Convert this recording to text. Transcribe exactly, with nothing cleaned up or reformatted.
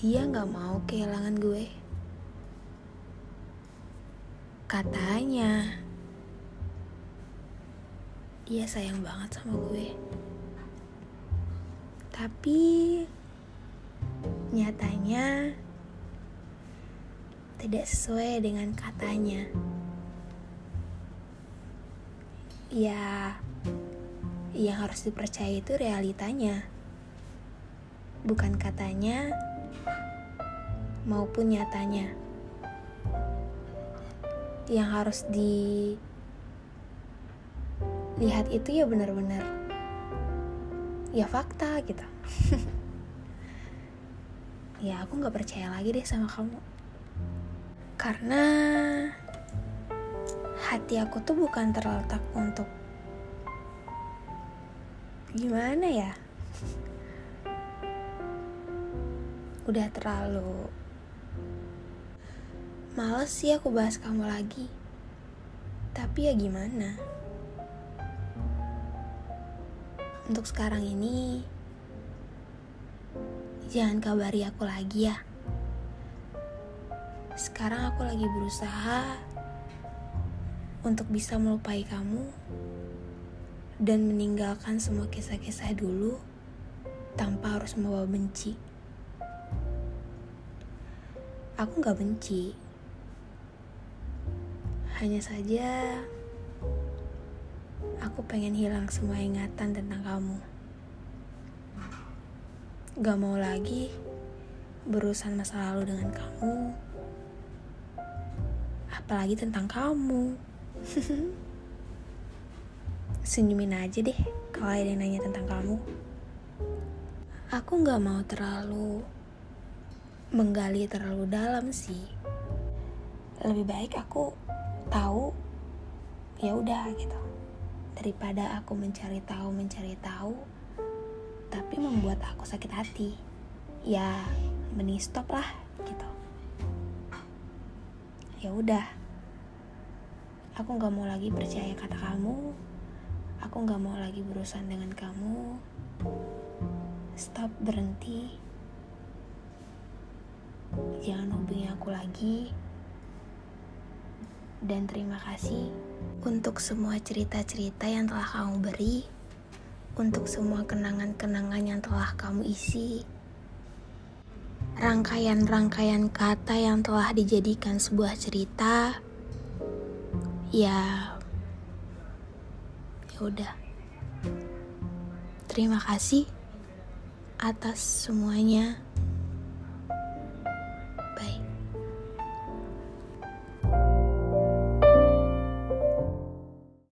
Dia gak mau kehilangan gue. Katanya dia sayang banget sama gue. Tapi nyatanya tidak sesuai dengan katanya. Ya, yang harus dipercaya itu realitanya, bukan katanya maupun nyatanya. Yang harus dilihat itu ya benar-benar ya fakta gitu. Ya aku gak percaya lagi deh sama kamu. Karena hati aku tuh bukan terletak untuk gimana ya, udah terlalu males sih aku bahas kamu lagi. Tapi ya gimana, untuk sekarang ini jangan kabari aku lagi ya. Sekarang aku lagi berusaha untuk bisa melupai kamu dan meninggalkan semua kisah-kisah dulu tanpa harus membawa benci. Aku gak benci, hanya saja aku pengen hilang semua ingatan tentang kamu. Gak mau lagi berurusan masa lalu dengan kamu, apalagi tentang kamu. Senyumin aja deh kalau ada yang nanya tentang kamu. Aku gak mau terlalu menggali terlalu dalam sih. Lebih baik aku tahu ya udah gitu, daripada aku mencari tahu mencari tahu tapi membuat aku sakit hati. Ya mending stop lah gitu. Ya udah, aku gak mau lagi percaya kata kamu. Aku gak mau lagi berurusan dengan kamu. Stop, berhenti. Jangan hubungi aku lagi. Dan terima kasih untuk semua cerita-cerita yang telah kamu beri, untuk semua kenangan-kenangan yang telah kamu isi, rangkaian-rangkaian kata yang telah dijadikan sebuah cerita. Ya, ya udah. Terima kasih atas semuanya.